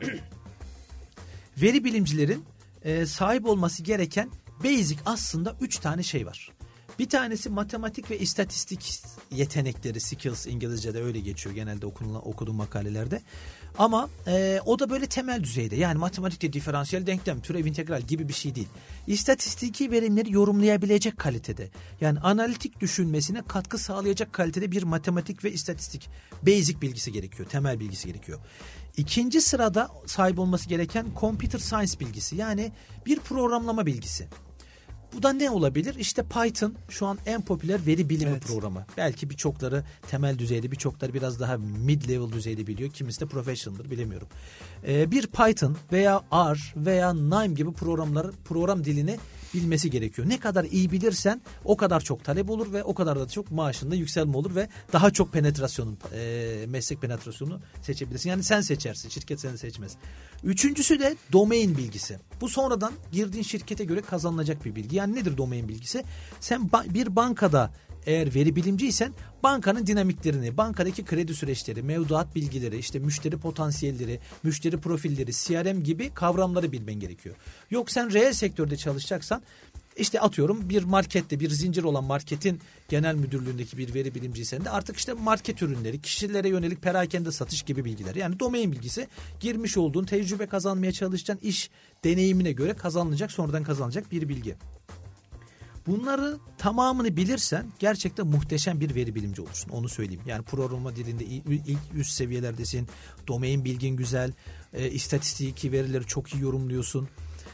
Veri bilimcilerin sahip olması gereken basic aslında 3 tane şey var. Bir tanesi matematik ve istatistik yetenekleri, skills İngilizce'de öyle geçiyor genelde okuduğum makalelerde. Ama o da böyle temel düzeyde. Yani matematikte diferansiyel denklem, türev, integral gibi bir şey değil. İstatistiki verimleri yorumlayabilecek kalitede. Yani analitik düşünmesine katkı sağlayacak kalitede bir matematik ve istatistik basic bilgisi gerekiyor, temel bilgisi gerekiyor. İkinci sırada sahip olması gereken computer science bilgisi, yani bir programlama bilgisi. Bu da ne olabilir? İşte Python şu an en popüler veri bilimi programı. Belki birçokları temel düzeyde, birçokları biraz daha mid level düzeyde biliyor. Kimisi de professional'dır, bilemiyorum. Bir Python veya R veya Nime gibi program dilini bilmesi gerekiyor. Ne kadar iyi bilirsen o kadar çok talep olur ve o kadar da çok maaşında yükselme olur ve daha çok meslek penetrasyonu seçebilirsin. Yani sen seçersin, şirket seni seçmez. Üçüncüsü de domain bilgisi. Bu sonradan girdiğin şirkete göre kazanılacak bir bilgi. Yani nedir domain bilgisi? Sen bir bankada eğer veri bilimciysen bankanın dinamiklerini, bankadaki kredi süreçleri, mevduat bilgileri, işte müşteri potansiyelleri, müşteri profilleri, CRM gibi kavramları bilmen gerekiyor. Yok sen reel sektörde çalışacaksan işte atıyorum bir markette, bir zincir olan marketin genel müdürlüğündeki bir veri bilimciysen de artık işte market ürünleri, kişilere yönelik perakende satış gibi bilgiler. Yani domain bilgisi girmiş olduğun, tecrübe kazanmaya çalışacağın iş deneyimine göre sonradan kazanılacak bir bilgi. Bunları tamamını bilirsen gerçekten muhteşem bir veri bilimci olursun. Onu söyleyeyim. Yani programa dilinde ilk üst seviyelerdesin. Domain bilgin güzel. İstatistiki verileri çok iyi yorumluyorsun.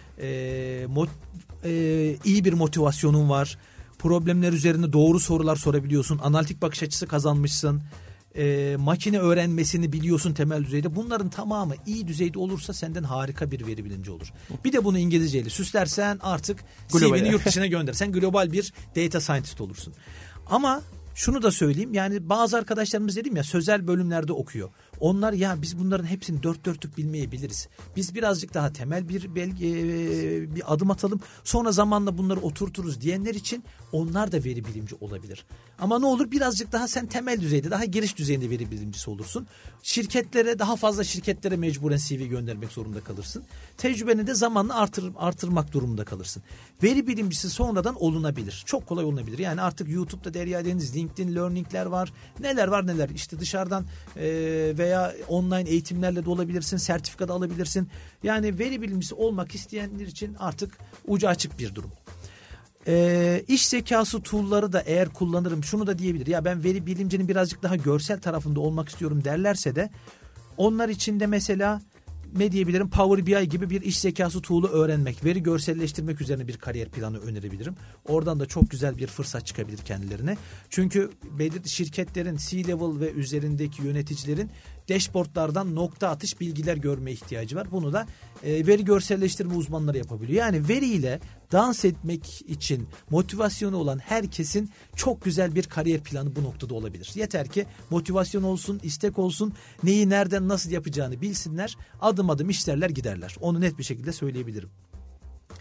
İyi bir motivasyonun var. Problemler üzerine doğru sorular sorabiliyorsun. Analitik bakış açısı kazanmışsın. Makine öğrenmesini biliyorsun temel düzeyde. Bunların tamamı iyi düzeyde olursa senden harika bir veri bilimci olur. Bir de bunu İngilizceyle süslersen artık CV'ni yurt dışına göndersen global bir data scientist olursun. Ama şunu da söyleyeyim, yani bazı arkadaşlarımız dedim ya sözel bölümlerde okuyor. Onlar ya biz bunların hepsini dört dörtlük bilmeyebiliriz. Biz birazcık daha temel bir adım atalım. Sonra zamanla bunları oturturuz diyenler için onlar da veri bilimci olabilir. Ama ne olur birazcık daha sen temel düzeyde, daha giriş düzeyinde veri bilimcisi olursun. Daha fazla şirketlere mecburen CV göndermek zorunda kalırsın. Tecrübeni de zamanla artırmak durumunda kalırsın. Veri bilimcisi sonradan olunabilir. Çok kolay olunabilir. Yani artık YouTube'da Derya Deniz, LinkedIn Learning'ler var. Neler var neler. İşte dışarıdan veya online eğitimlerle de olabilirsin. Sertifika da alabilirsin. Yani veri bilimcisi olmak isteyenler için artık ucu açık bir durum. İş zekası tool'ları da eğer kullanırım şunu da diyebilir. Ya ben veri bilimcinin birazcık daha görsel tarafında olmak istiyorum derlerse de onlar için de mesela ne diyebilirim? Power BI gibi bir iş zekası tool'u öğrenmek, veri görselleştirmek üzerine bir kariyer planı önerebilirim. Oradan da çok güzel bir fırsat çıkabilir kendilerine. Çünkü belirli şirketlerin C-level ve üzerindeki yöneticilerin dashboardlardan nokta atış bilgiler görmeye ihtiyacı var. Bunu da veri görselleştirme uzmanları yapabiliyor. Yani veriyle dans etmek için motivasyonu olan herkesin çok güzel bir kariyer planı bu noktada olabilir. Yeter ki motivasyon olsun, istek olsun, neyi nereden nasıl yapacağını bilsinler, adım adım işlerler giderler. Onu net bir şekilde söyleyebilirim.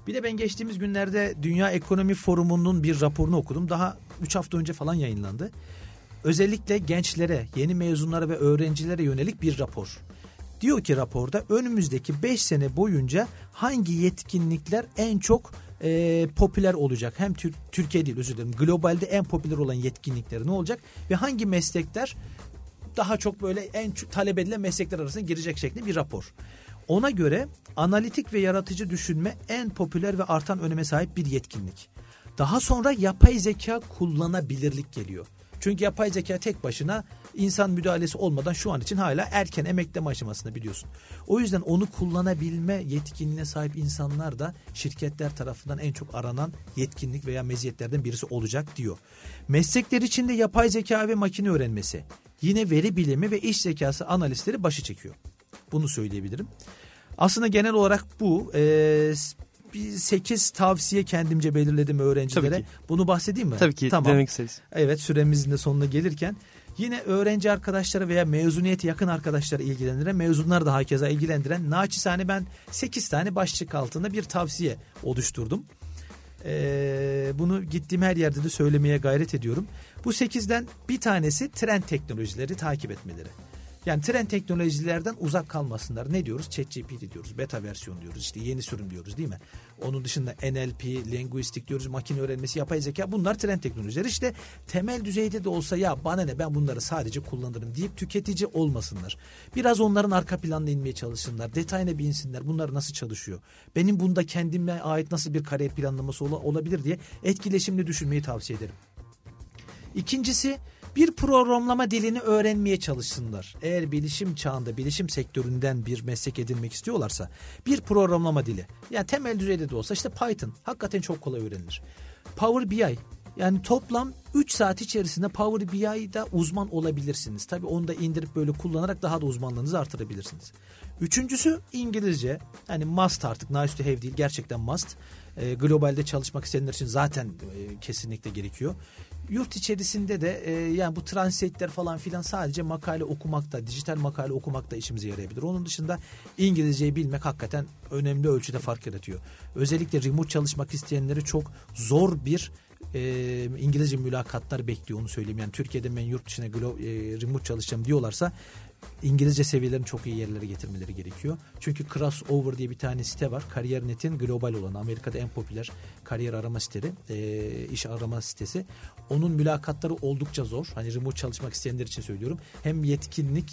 Bir de ben geçtiğimiz günlerde Dünya Ekonomi Forumu'nun bir raporunu okudum. Daha 3 hafta önce falan yayınlandı. Özellikle gençlere, yeni mezunlara ve öğrencilere yönelik bir rapor. Diyor ki raporda önümüzdeki 5 sene boyunca hangi yetkinlikler en çok popüler olacak? Hem Türkiye değil, özür dilerim, globalde en popüler olan yetkinlikler ne olacak? Ve hangi meslekler daha çok böyle en talep edilen meslekler arasına girecek şeklinde bir rapor. Ona göre analitik ve yaratıcı düşünme en popüler ve artan öneme sahip bir yetkinlik. Daha sonra yapay zeka kullanabilirlik geliyor. Çünkü yapay zeka tek başına insan müdahalesi olmadan şu an için hala erken emekleme aşamasında, biliyorsun. O yüzden onu kullanabilme yetkinliğine sahip insanlar da şirketler tarafından en çok aranan yetkinlik veya meziyetlerden birisi olacak diyor. Meslekler içinde yapay zeka ve makine öğrenmesi, yine veri bilimi ve iş zekası analistleri başı çekiyor. Bunu söyleyebilirim. Aslında genel olarak bu bir 8 tavsiye kendimce belirledim öğrencilere. Bunu bahsedeyim mi? Tabii ki. Tamam. Demek isteriz. Evet, süremizin de sonuna gelirken yine öğrenci arkadaşları veya mezuniyete yakın arkadaşları ilgilendiren, mezunlar da hakeza ilgilendiren naçizane ben 8 tane başlık altında bir tavsiye oluşturdum. Bunu gittiğim her yerde de söylemeye gayret ediyorum. Bu 8'den bir tanesi trend teknolojileri takip etmeleri. Yani trend teknolojilerden uzak kalmasınlar. Ne diyoruz? ChatGPT diyoruz. Beta versiyon diyoruz. İşte yeni sürüm diyoruz, değil mi? Onun dışında NLP, linguistik diyoruz. Makine öğrenmesi, yapay zeka. Bunlar trend teknolojileri. İşte temel düzeyde de olsa ya bana ne, ben bunları sadece kullanırım deyip tüketici olmasınlar. Biraz onların arka planına inmeye çalışsınlar. Detayına bir insinler. Bunlar nasıl çalışıyor? Benim bunda kendime ait nasıl bir kariyer planlaması olabilir diye etkileşimli düşünmeyi tavsiye ederim. İkincisi, bir programlama dilini öğrenmeye çalışsınlar. Eğer bilişim çağında, bilişim sektöründen bir meslek edinmek istiyorlarsa bir programlama dili. Yani temel düzeyde de olsa işte Python hakikaten çok kolay öğrenilir. Power BI, yani toplam 3 saat içerisinde Power BI'da uzman olabilirsiniz. Tabii onu da indirip böyle kullanarak daha da uzmanlığınızı artırabilirsiniz. Üçüncüsü İngilizce. Yani must artık, nice to have değil, gerçekten must. Globalde çalışmak isteyenler için zaten kesinlikle gerekiyor. Yurt içerisinde de yani bu translate'ler falan filan sadece makale okumakta, dijital makale okumakta işimize yarayabilir. Onun dışında İngilizceyi bilmek hakikaten önemli ölçüde fark yaratıyor. Özellikle remote çalışmak isteyenleri çok zor bir İngilizce mülakatlar bekliyor, onu söyleyeyim. Yani Türkiye'de ben yurt dışına remote çalışacağım diyorlarsa İngilizce seviyelerini çok iyi yerlere getirmeleri gerekiyor. Çünkü Crossover diye bir tane site var. Kariyer.net'in global olan, Amerika'da en popüler kariyer arama siteleri, iş arama sitesi. Onun mülakatları oldukça zor. Hani remote çalışmak isteyenler için söylüyorum. Hem yetkinlik,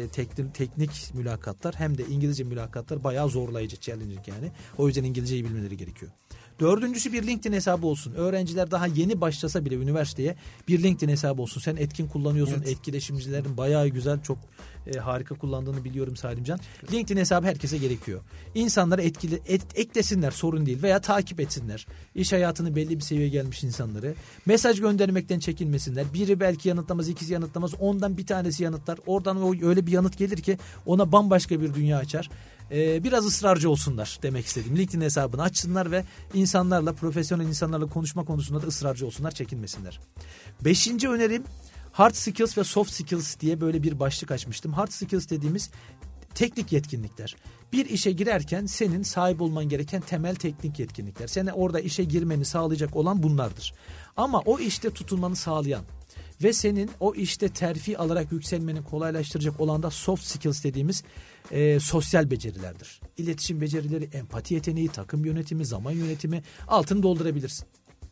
teknik mülakatlar hem de İngilizce mülakatlar bayağı zorlayıcı, challenging yani. O yüzden İngilizceyi bilmeleri gerekiyor. Dördüncüsü bir LinkedIn hesabı olsun. Öğrenciler daha yeni başlasa bile üniversiteye bir LinkedIn hesabı olsun. Sen etkin kullanıyorsun. Evet. Etkileşimcilerin bayağı güzel, çok harika kullandığını biliyorum Salimcan. LinkedIn hesabı herkese gerekiyor. İnsanları eklesinler, sorun değil, veya takip etsinler. İş hayatını belli bir seviyeye gelmiş insanları. Mesaj göndermekten çekinmesinler. Biri belki yanıtlamaz, ikisi yanıtlamaz. Ondan bir tanesi yanıtlar. Oradan öyle bir yanıt gelir ki ona bambaşka bir dünya açar. Biraz ısrarcı olsunlar demek istedim. LinkedIn hesabını açsınlar ve insanlarla, profesyonel insanlarla konuşma konusunda da ısrarcı olsunlar, çekinmesinler. 5. önerim hard skills ve soft skills diye böyle bir başlık açmıştım. Hard skills dediğimiz teknik yetkinlikler. Bir işe girerken senin sahip olman gereken temel teknik yetkinlikler. Seni orada işe girmeni sağlayacak olan bunlardır. Ama o işte tutunmanı sağlayan ve senin o işte terfi alarak yükselmeni kolaylaştıracak olan da soft skills dediğimiz sosyal becerilerdir. İletişim becerileri, empati yeteneği, takım yönetimi, zaman yönetimi, altını doldurabilirsin.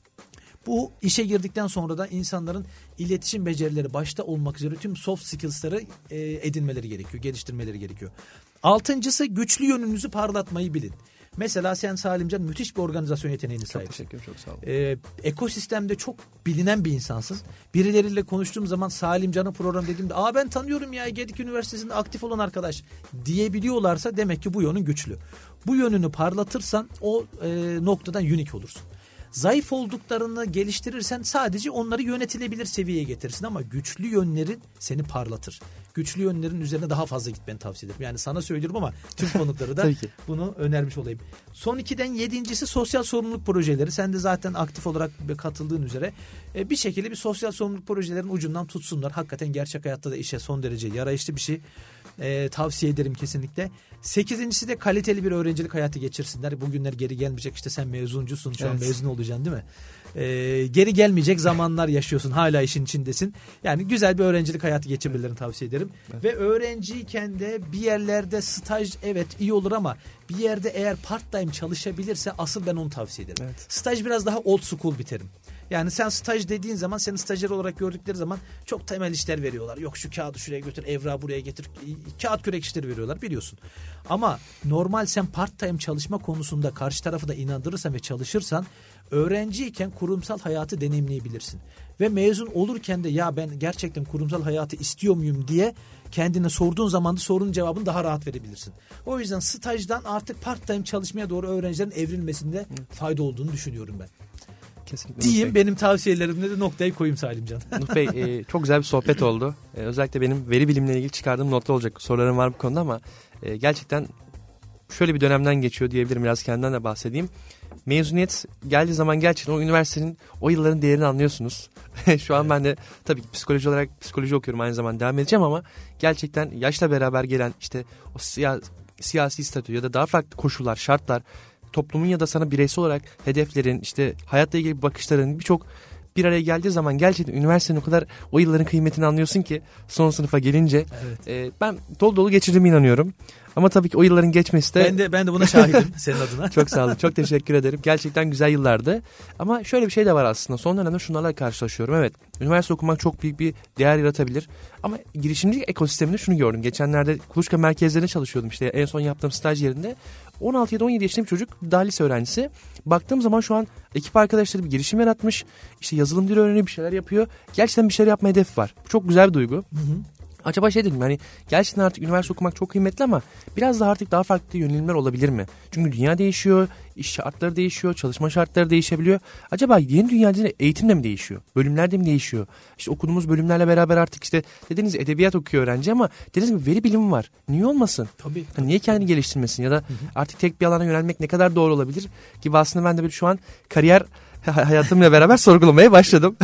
Bu işe girdikten sonra da insanların iletişim becerileri başta olmak üzere tüm soft skills'ları edinmeleri gerekiyor, geliştirmeleri gerekiyor. 6.'sı güçlü yönünüzü parlatmayı bilin. Mesela sen Salimcan müthiş bir organizasyon yeteneğine sahipsin. Çok teşekkür ederim, çok sağ olun. Ekosistemde çok bilinen bir insansın. Birileriyle konuştuğum zaman Salimcan'ın program dediğimde ben tanıyorum ya, Gedik Üniversitesi'nde aktif olan arkadaş diyebiliyorlarsa demek ki bu yönün güçlü. Bu yönünü parlatırsan o noktadan unique olursun. Zayıf olduklarını geliştirirsen sadece onları yönetilebilir seviyeye getirsin ama güçlü yönlerin seni parlatır. Güçlü yönlerin üzerine daha fazla gitmeni tavsiye ederim. Yani sana söylüyorum ama tüm konukları da bunu önermiş olayım. Son 2'den 7.'si sosyal sorumluluk projeleri. Sen de zaten aktif olarak katıldığın üzere bir şekilde bir sosyal sorumluluk projelerin ucundan tutsunlar. Hakikaten gerçek hayatta da işe son derece yarayışlı bir şey. Tavsiye ederim kesinlikle. 8.'si de kaliteli bir öğrencilik hayatı geçirsinler. Bugünler geri gelmeyecek, işte sen mezuncusun, şu an mezun olacaksın değil mi? Geri gelmeyecek zamanlar yaşıyorsun, hala işin içindesin. Yani güzel bir öğrencilik hayatı geçirmelerini tavsiye ederim. Evet. Ve öğrenciyken de bir yerlerde staj evet iyi olur ama bir yerde eğer part time çalışabilirse asıl ben onu tavsiye ederim. Evet. Staj biraz daha old school bir terim. Yani sen staj dediğin zaman, seni stajyer olarak gördükleri zaman çok temel işler veriyorlar. Yok şu kağıdı şuraya götür, evrağı buraya getir, kağıt kürek işleri veriyorlar, biliyorsun. Ama normal sen part time çalışma konusunda karşı tarafı da inandırırsan ve çalışırsan öğrenciyken kurumsal hayatı deneyimleyebilirsin. Ve mezun olurken de ya ben gerçekten kurumsal hayatı istiyor muyum diye kendine sorduğun zaman da sorunun cevabını daha rahat verebilirsin. O yüzden stajdan artık part time çalışmaya doğru öğrencilerin evrilmesinde fayda olduğunu düşünüyorum ben. Kesinlikle. Diyeyim, benim tavsiyelerimde de noktayı koyayım Salimcan. Nuh Bey çok güzel bir sohbet oldu. Özellikle benim veri bilimleriyle ilgili çıkardığım notlar olacak. Sorularım var bu konuda ama gerçekten şöyle bir dönemden geçiyor diyebilirim. Biraz kendimden de bahsedeyim. Mezuniyet geldiği zaman gerçekten o üniversitenin, o yılların değerini anlıyorsunuz. Şu an ben de tabii ki psikoloji olarak psikoloji okuyorum, aynı zamanda devam edeceğim ama gerçekten yaşla beraber gelen işte o siyasi statü ya da daha farklı koşullar, şartlar, toplumun ya da sana bireysel olarak hedeflerin, işte hayatla ilgili bakışların birçok bir araya geldiği zaman gerçekten üniversitenin o kadar o yılların kıymetini anlıyorsun ki son sınıfa gelince. Evet. Ben dolu dolu geçirdiğime inanıyorum. Ama tabii ki o yılların geçmesi de... Ben de buna şahidim senin adına. Çok sağ olun. Çok teşekkür ederim. Gerçekten güzel yıllardı. Ama şöyle bir şey de var aslında. Son dönemde şunlarla karşılaşıyorum. Evet, üniversite okumak çok büyük bir değer yaratabilir. Ama girişimcilik ekosisteminde şunu gördüm. Geçenlerde kuluçka merkezlerinde çalışıyordum. İşte en son yaptığım staj yerinde. 16-17 yaşında bir çocuk, daha lise öğrencisi. Baktığım zaman şu an ekip arkadaşları bir girişim yaratmış. İşte yazılım dili öğreniyor, bir şeyler yapıyor. Gerçekten bir şeyler yapma hedefi var. Bu çok güzel bir duygu. Hı hı. Acaba şey dedim, hani gerçekten artık üniversite okumak çok kıymetli ama biraz da artık daha farklı yönelimler olabilir mi? Çünkü dünya değişiyor, iş şartları değişiyor, çalışma şartları değişebiliyor. Acaba yeni dünyada eğitimle mi değişiyor? Bölümler de mi değişiyor? İşte okuduğumuz bölümlerle beraber artık işte dediğiniz edebiyat okuyor öğrenci ama dediğiniz gibi veri bilimi var. Niye olmasın? Tabii. Hani niye kendini geliştirmesin ya da artık tek bir alana yönelmek ne kadar doğru olabilir? Gibi aslında ben de şu an kariyer hayatımla beraber sorgulamaya başladım.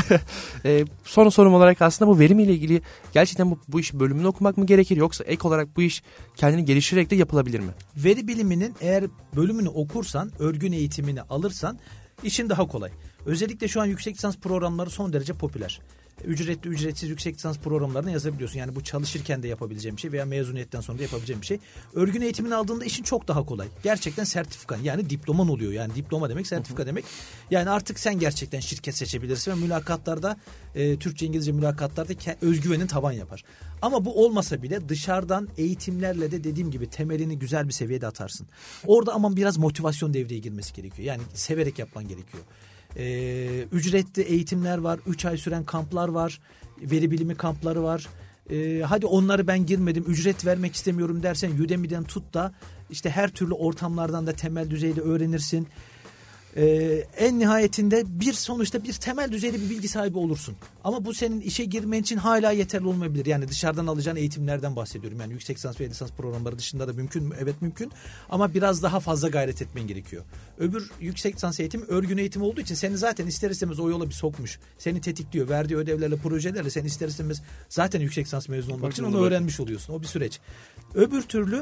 Son sorum olarak aslında bu verimiyle ilgili gerçekten bu iş bölümünü okumak mı gerekir, yoksa ek olarak bu iş kendini geliştirerek de yapılabilir mi? Veri biliminin eğer bölümünü okursan, örgün eğitimini alırsan işin daha kolay. Özellikle şu an yüksek lisans programları son derece popüler. Ücretli, ücretsiz yüksek lisans programlarına yazabiliyorsun. Yani bu çalışırken de yapabileceğim bir şey veya mezuniyetten sonra da yapabileceğim bir şey. Örgün eğitimini aldığında işin çok daha kolay. Gerçekten sertifikan, yani diploman oluyor. Yani diploma demek sertifika demek. Yani artık sen gerçekten şirket seçebilirsin ve mülakatlarda, Türkçe İngilizce mülakatlarda özgüvenin tavan yapar. Ama bu olmasa bile dışarıdan eğitimlerle de dediğim gibi temelini güzel bir seviyede atarsın. Orada ama biraz motivasyon devreye girmesi gerekiyor. Yani severek yapman gerekiyor. Ücretli eğitimler var, 3 ay süren kamplar var, veri bilimi kampları var. Hadi onları ben girmedim, ücret vermek istemiyorum dersen Udemy'den tut da işte her türlü ortamlardan da temel düzeyde öğrenirsin. En nihayetinde sonuçta bir temel düzeyde bir bilgi sahibi olursun. Ama bu senin işe girmen için hala yeterli olmayabilir. Yani dışarıdan alacağın eğitimlerden bahsediyorum. Yani yüksek lisans ve lisans programları dışında da mümkün mü? Evet mümkün. Ama biraz daha fazla gayret etmen gerekiyor. Öbür yüksek lisans eğitimi örgün eğitim olduğu için seni zaten ister istemez o yola bir sokmuş. Seni tetikliyor. Verdiği ödevlerle, projelerle seni ister istemez zaten yüksek lisans mezunu olmak için onu öğrenmiş oluyorsun. O bir süreç. Öbür türlü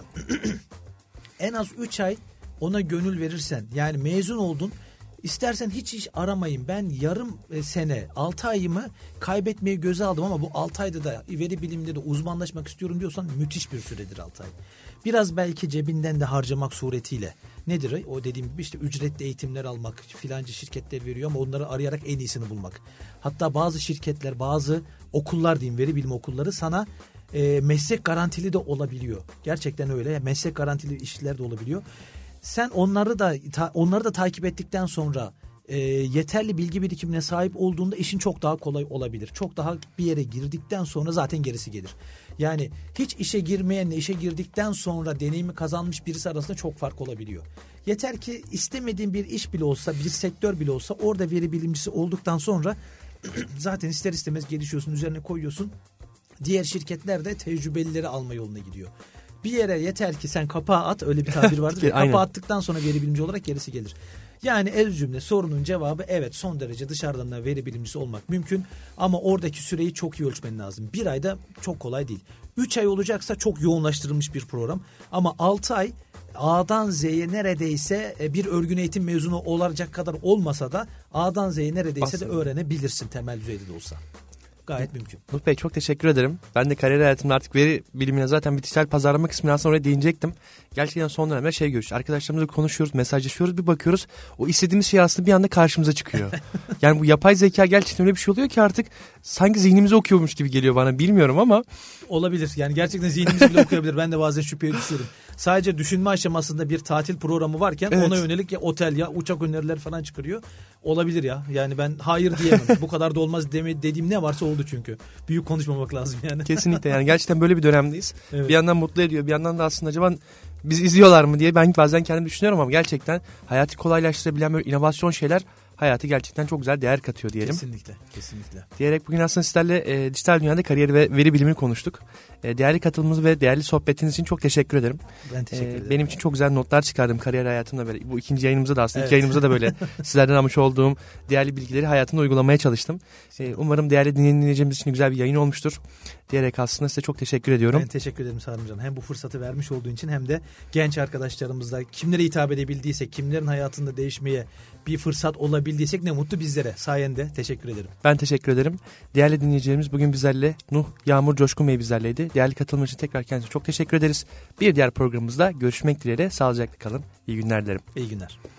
en az 3 ay ona gönül verirsen, yani mezun oldun, istersen hiç iş aramayın, ben yarım sene 6 ayımı kaybetmeyi göze aldım ama bu 6 ayda da veri biliminde de uzmanlaşmak istiyorum diyorsan müthiş bir süredir 6 ay. Biraz belki cebinden de harcamak suretiyle, nedir o dediğim gibi işte ücretli eğitimler almak, filancı şirketler veriyor ama onları arayarak en iyisini bulmak. Hatta bazı şirketler, bazı okullar diyeyim, veri bilimi okulları sana meslek garantili de olabiliyor. Gerçekten öyle, meslek garantili işler de olabiliyor. Sen onları da takip ettikten sonra yeterli bilgi birikimine sahip olduğunda işin çok daha kolay olabilir. Çok daha bir yere girdikten sonra zaten gerisi gelir. Yani hiç işe girmeyenle işe girdikten sonra deneyimi kazanmış birisi arasında çok fark olabiliyor. Yeter ki istemediğin bir iş bile olsa, bir sektör bile olsa orada veri bilimcisi olduktan sonra zaten ister istemez gelişiyorsun, üzerine koyuyorsun. Diğer şirketler de tecrübelileri alma yoluna gidiyor. Bir yere yeter ki sen kapağı at, öyle bir tabir vardır ya, kapağı attıktan sonra veri bilimci olarak gerisi gelir. Yani ez cümle sorunun cevabı evet, son derece dışarıdan da veri bilimcisi olmak mümkün ama oradaki süreyi çok iyi ölçmen lazım. 1 ayda çok kolay değil. 3 ay olacaksa çok yoğunlaştırılmış bir program ama 6 ay A'dan Z'ye neredeyse bir örgün eğitim mezunu olacak kadar olmasa da A'dan Z'ye neredeyse de öğrenebilirsin, temel düzeyde de olsa. Gayet mümkün. Nuh Bey çok teşekkür ederim. Ben de kariyer hayatımda artık veri bilimine zaten bitkisel pazarlama kısmına aslında oraya değinecektim. Gerçekten son dönemde görüyoruz. Arkadaşlarımızla konuşuyoruz, mesajlaşıyoruz, bir bakıyoruz. O istediğimiz şey aslında bir anda karşımıza çıkıyor. Yani bu yapay zeka gerçekten öyle bir şey oluyor ki artık sanki zihnimizi okuyormuş gibi geliyor bana, bilmiyorum ama. Olabilir. Yani gerçekten zihnimizi bile okuyabilir. Ben de bazen şüpheye düşüyorum. Sadece düşünme aşamasında bir tatil programı varken ona yönelik ya otel ya uçak önerileri falan çıkarıyor. Olabilir ya. Yani ben hayır diyemem. Bu kadar da olmaz dediğim ne varsa oldu çünkü. Büyük konuşmamak lazım yani. Kesinlikle, yani gerçekten böyle bir dönemdeyiz. Evet. Bir yandan mutlu ediyor, bir yandan da aslında acaba bizi izliyorlar mı diye ben bazen kendim düşünüyorum ama gerçekten hayatı kolaylaştırabilen böyle inovasyon şeyler hayatı gerçekten çok güzel değer katıyor diyelim. Kesinlikle, kesinlikle. Diyerek bugün aslında sizlerle dijital dünyada kariyer ve veri bilimini konuştuk. Değerli katılımınız ve değerli sohbetiniz için çok teşekkür ederim. Ben teşekkür ederim. Benim için çok güzel notlar çıkardım kariyer hayatımda böyle. Bu ikinci yayınımızda da aslında ilk yayınımızda da böyle sizlerden almış olduğum değerli bilgileri hayatımda uygulamaya çalıştım. Umarım değerli dinleyicilerimiz için güzel bir yayın olmuştur. Diyerek aslında size çok teşekkür ediyorum. Ben teşekkür ederim Sarımcan. Hem bu fırsatı vermiş olduğun için hem de genç arkadaşlarımızla kimlere hitap edebildiysek, kimlerin hayatında değişmeye bir fırsat olabildiysek ne mutlu bizlere. Sayende teşekkür ederim. Ben teşekkür ederim. Değerli dinleyicilerimiz bugün bizlerle Nuh Yağmur Coşkun Bey bizlerleydi. Değerli katılım için tekrar kendinize çok teşekkür ederiz. Bir diğer programımızda görüşmek dileğiyle sağlıcakla kalın. İyi günler dilerim. İyi günler.